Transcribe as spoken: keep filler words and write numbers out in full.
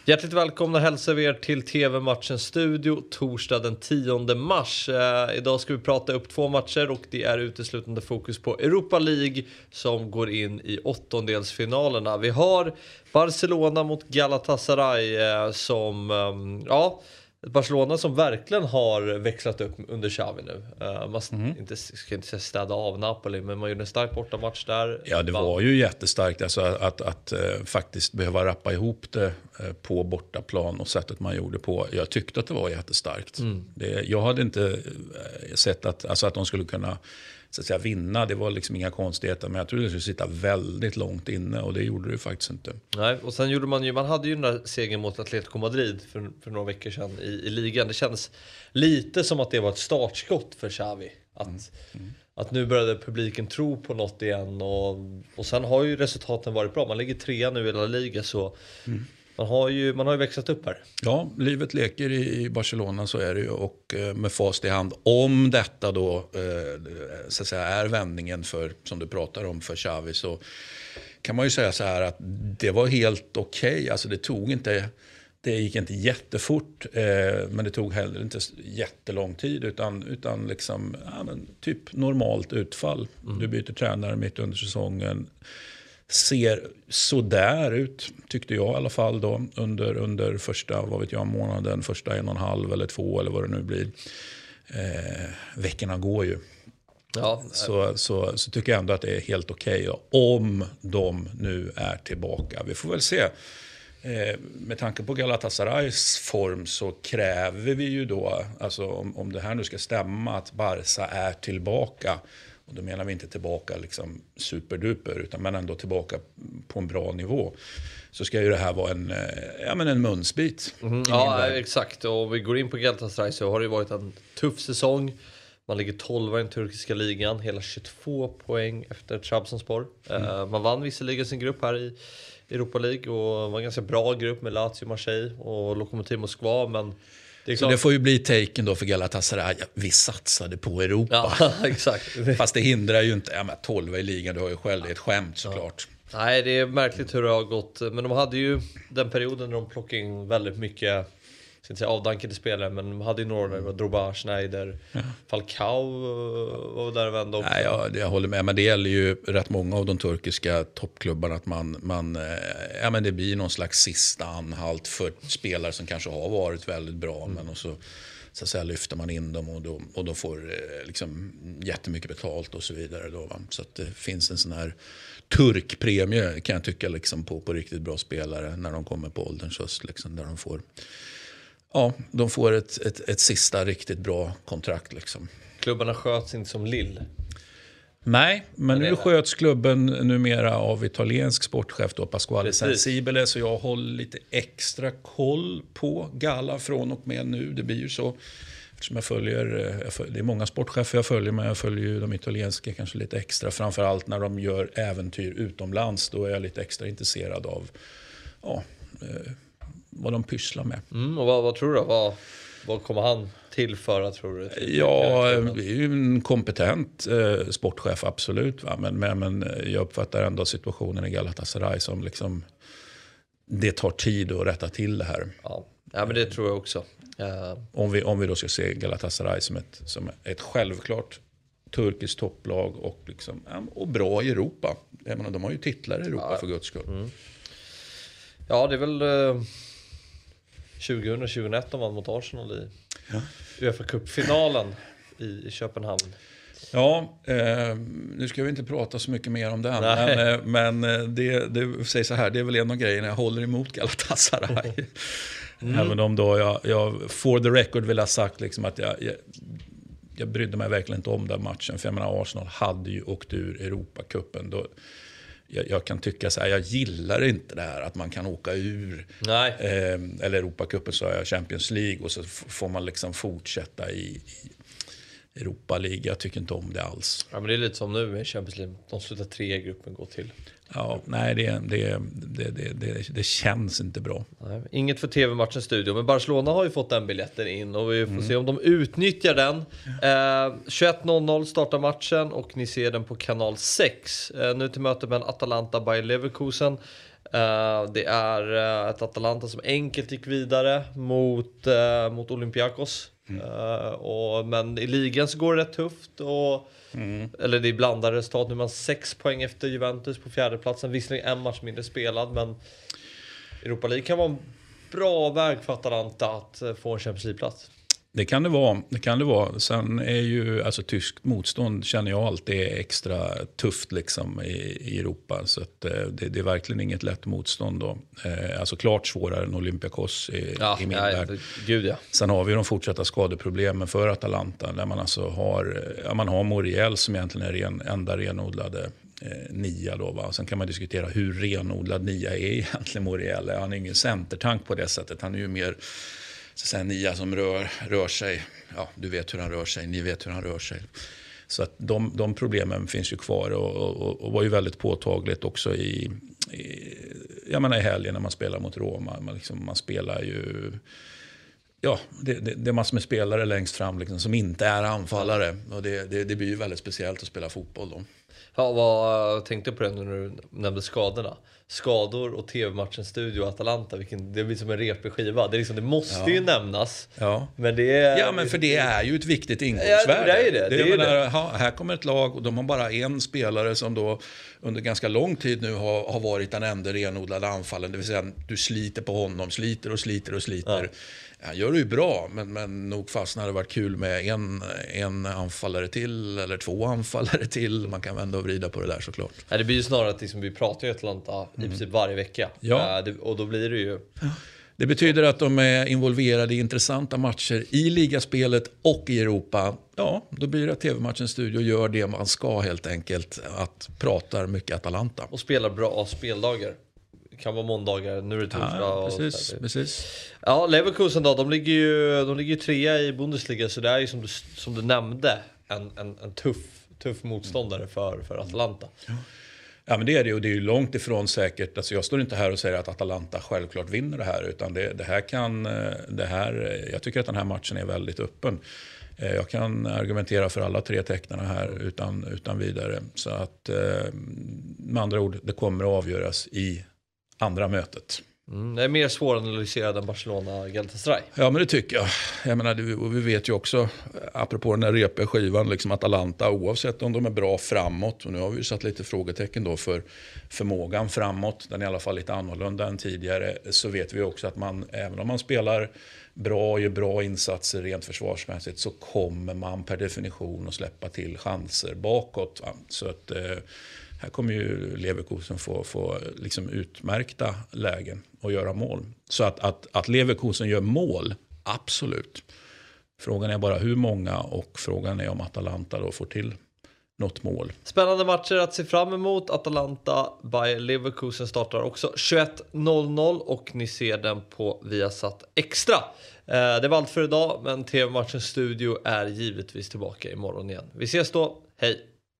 Hjärtligt välkomna hälsar vi er till T V-matchens studio torsdag den tionde mars. Eh, idag ska vi prata upp två matcher och det är uteslutande fokus på Europa League som går in i åttondelsfinalerna. Vi har Barcelona mot Galatasaray eh, som, eh, ja... Barcelona som verkligen har växlat upp under Xavi nu. Uh, man mm. inte, ska inte säga städa av Napoli, men man gjorde en stark bortamatch där. Ja, det var ju jättestarkt alltså, att, att, att uh, faktiskt behöva rappa ihop det uh, på bortaplan och sättet man gjorde på. Jag tyckte att det var jättestarkt. Mm. Det, jag hade inte uh, sett att, alltså, att de skulle kunna så att säga, vinna. Det var liksom inga konstigheter, men jag trodde det skulle sitta väldigt långt inne och det gjorde det faktiskt inte. Nej, och sen gjorde man ju, man hade ju den där segern mot Atletico Madrid för, för några veckor sedan i, i ligan. Det kändes lite som att det var ett startskott för Xavi. Att, mm. Mm. att nu började publiken tro på något igen och, och sen har ju resultaten varit bra. Man ligger trea nu i La Liga så... Mm. Man har ju, man har ju växlat upp här. Ja, livet leker i Barcelona, så är det ju. Och med fast i hand, om detta då så att säga, är vändningen för, som du pratar om, för Xavi, så kan man ju säga så här att det var helt okej. Okay. Alltså det tog inte, det gick inte jättefort, men det tog heller inte jättelång tid, utan, utan liksom, ja, men typ normalt utfall. Mm. Du byter tränare mitt under säsongen. Ser så där ut, tyckte jag i alla fall då, under, under första, vad vet jag, månaden, första en och en halv eller två eller vad det nu blir. Eh, veckorna går ju. Ja. Så, så, så tycker jag ändå att det är helt okej okay, om de nu är tillbaka. Vi får väl se. Eh, med tanke på Galatasarays form så kräver vi ju då, alltså om, om det här nu ska stämma, att Barca är tillbaka. Och då menar vi inte tillbaka liksom superduper, utan men ändå tillbaka på en bra nivå. Så ska ju det här vara en, ja, men en munsbit. Mm, ja, exakt. Och vi går in på Galatasaray så har det varit en tuff säsong. Man ligger tolva i den turkiska ligan. Hela tjugotvå poäng efter Trabzonspor. Mm. Uh, man vann visserligen sin grupp här i Europa League. Och var en ganska bra grupp med Lazio, Marseille och Lokomotiv Moskva. Men det så det får ju bli taken då för Galatasaray. Ja, vi satsade på Europa. Ja, exakt. Fast det hindrar ju inte. Ja, men tolva i ligan, du har ju själv, det är ett skämt såklart. Ja. Nej, det är märkligt hur det har gått. Men de hade ju den perioden när de plockade in väldigt mycket, ska inte säga avdankade spelare, men de hade ju några, mm. Drogba, Schneider, ja. Falcao var där och vände också. Nej, ja, det, jag håller med, men det gäller ju rätt många av de turkiska toppklubbarna att man, man ja, men det blir någon slags sista anhalt för spelare som kanske har varit väldigt bra, mm. men och så, så att säga, lyfter man in dem och då, och då får liksom jättemycket betalt och så vidare då, va? Så att det finns en sån här turkpremie, kan jag tycka, liksom på, på riktigt bra spelare när de kommer på ålderns höst, liksom, där de får, ja, de får ett, ett, ett sista riktigt bra kontrakt liksom. Klubbarna sköts inte som Lille. Nej, men nu sköts klubben numera av italiensk sportchef då, Pasquale Sensibile, så jag håller lite extra koll på Gala från och med nu. Det blir ju så, eftersom jag följer, jag följer, det är många sportchefer jag följer, men jag följer ju de italienska kanske lite extra, framförallt när de gör äventyr utomlands. Då är jag lite extra intresserad av, ja, eh, vad de pysslar med. Mm, och vad, vad tror du? Vad, vad kommer han tillföra, tror du? Ja, det är ju en kompetent eh, sportchef, absolut. Va? Men, men, men jag uppfattar ändå situationen i Galatasaray som liksom, det tar tid att rätta till det här. Ja, ja men det tror jag också. Uh... Om, vi, om vi då ska se Galatasaray som ett, som ett självklart turkiskt topplag och, liksom, och bra i Europa. Jag menar, de har ju titlar i Europa, ja, för guds skull. Mm. Ja, det är väl uh, tjugohundra tjugoett de vann mot Arsenal i ja. UEFA Cup-finalen i, i Köpenhamn. Ja, eh, nu ska vi inte prata så mycket mer om den. Nej. Men, men det, det säger så här, det är väl en av grejerna jag håller emot Galatasaray. Mm. Även om då jag, jag for the record vill ha sagt liksom att jag, jag, jag brydde mig verkligen inte om den matchen. För jag menar, Arsenal hade ju åkt ur Europacupen. Då, jag, jag kan tycka så här, jag gillar inte det här att man kan åka ur. Nej. Eh, eller Europacupen, så jag Champions League, och så f- får man liksom fortsätta i, i Europa League. Jag tycker inte om det alls. Ja, men det är lite som nu med Champions League. De slutar tre i gruppen, går till. Ja, nej, det, det, det, det, det, det känns inte bra. Nej, inget för T V-matchens studio. Men Barcelona har ju fått den biljetten in. Och vi får mm. se om de utnyttjar den. Eh, tjugoett noll noll startar matchen. Och ni ser den på kanal sex. Eh, nu till möte med Atalanta Bayer Leverkusen. Uh, det är uh, ett Atalanta som enkelt gick vidare mot, uh, mot Olympiakos. Mm. Uh, och, men i ligan så går det rätt tufft. Och, mm. Eller det är blandade resultat. Nu är man sex poäng efter Juventus på fjärdeplatsen. Visserligen en match mindre spelad, men Europa League kan vara en bra väg för Atalanta att uh, få en Champions League-plats. Det kan det vara. Det kan det vara. Sen är ju alltså tyskt motstånd, känner jag alltid, är extra tufft liksom i, i Europa. Så att, eh, det, det är verkligen inget lätt motstånd då. Eh, alltså klart svårare än Olympiakos i, ja, i min ja, värld. Gud, ja. Sen har vi de fortsatta skadeproblemen för Atalanta. Där man alltså har, ja, man har Muriel som egentligen är ren, enda renodlade eh, nia då, va? Sen kan man diskutera hur renodlad nia är egentligen Muriel. Han är ingen centertank på det sättet. Han är ju mer så att säga nia som rör, rör sig. Ja, du vet hur han rör sig, ni vet hur han rör sig. Så att de, de problemen finns ju kvar och, och, och var ju väldigt påtagligt också i, i, jag menar i helgen när man spelar mot Roma. Man, liksom, man spelar ju, ja, det, det, det är massor med spelare längst fram liksom, som inte är anfallare. Och det, det, det blir ju väldigt speciellt att spela fotboll då. Ja, vad tänkte på det när du nämnde skadorna? Skador och tv-matchen Studio Atalanta, vilken, det blir som en repig skiva. Det, är liksom, det måste ja. ju nämnas. Ja. Men det är, ja, men för det är ju ett viktigt ingångsvärde. Ja, det är det. det, det, är menar, det. Ha, här kommer ett lag och de har bara en spelare som då under ganska lång tid nu har, har varit den enda renodlade anfallen. Det vill säga du sliter på honom, sliter och sliter och sliter. Ja. Han gör det ju bra, men, men nog fastnar det varit kul med en, en anfallare till eller två anfallare till. Man kan vända och vrida på det där såklart. Ja, det blir ju snarare att liksom, vi pratar ju Atalanta mm. i princip varje vecka. Ja. Äh, det, och då blir det ju... Ja. Det betyder att de är involverade i intressanta matcher i ligaspelet och i Europa. Ja, då blir det att tv-matchens studio gör det man ska helt enkelt. Att prata mycket Atalanta. Och spelar bra speldagar. Det kan vara måndagar, nu är det torsdag. Ja, precis, och precis. Ja, Leverkusen då, de ligger ju de ligger ju trea i Bundesliga, så det är ju som du, som du nämnde en, en, en tuff, tuff motståndare för, för Atalanta. Ja. Ja, men det är det, och det är ju långt ifrån säkert. Alltså jag står inte här och säger att Atalanta självklart vinner det här, utan det, det här kan, det här, jag tycker att den här matchen är väldigt öppen. Jag kan argumentera för alla tre tecknarna här utan, utan vidare. Så att med andra ord, det kommer att avgöras i andra mötet. Mm, det är mer svåranalyserat än Barcelona Galatasaray. Ja, men det tycker jag. Jag menar, vi vet ju också, apropå den här repiga skivan, liksom Atalanta, oavsett om de är bra framåt, och nu har vi ju satt lite frågetecken då för förmågan framåt, den är i alla fall lite annorlunda än tidigare, så vet vi också att man, även om man spelar bra och gör bra insatser rent försvarsmässigt, så kommer man per definition att släppa till chanser bakåt. Så att här kommer ju Leverkusen få, få liksom utmärkta lägen och göra mål. Så att, att, att Leverkusen gör mål, absolut. Frågan är bara hur många, och frågan är om Atalanta då får till något mål. Spännande matcher att se fram emot. Atalanta by Leverkusen startar också tjugoett noll noll och ni ser den på Viasat Extra. Eh, det var allt för idag, men T V-matchens studio är givetvis tillbaka imorgon igen. Vi ses då, hej!